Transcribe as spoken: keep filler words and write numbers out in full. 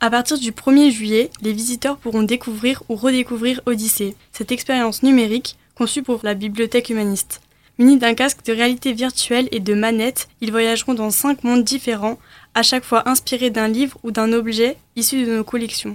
À partir du premier juillet, les visiteurs pourront découvrir ou redécouvrir Odyssée, cette expérience numérique conçue pour la bibliothèque humaniste. Munis d'un casque de réalité virtuelle et de manettes, ils voyageront dans cinq mondes différents, à chaque fois inspirés d'un livre ou d'un objet issu de nos collections.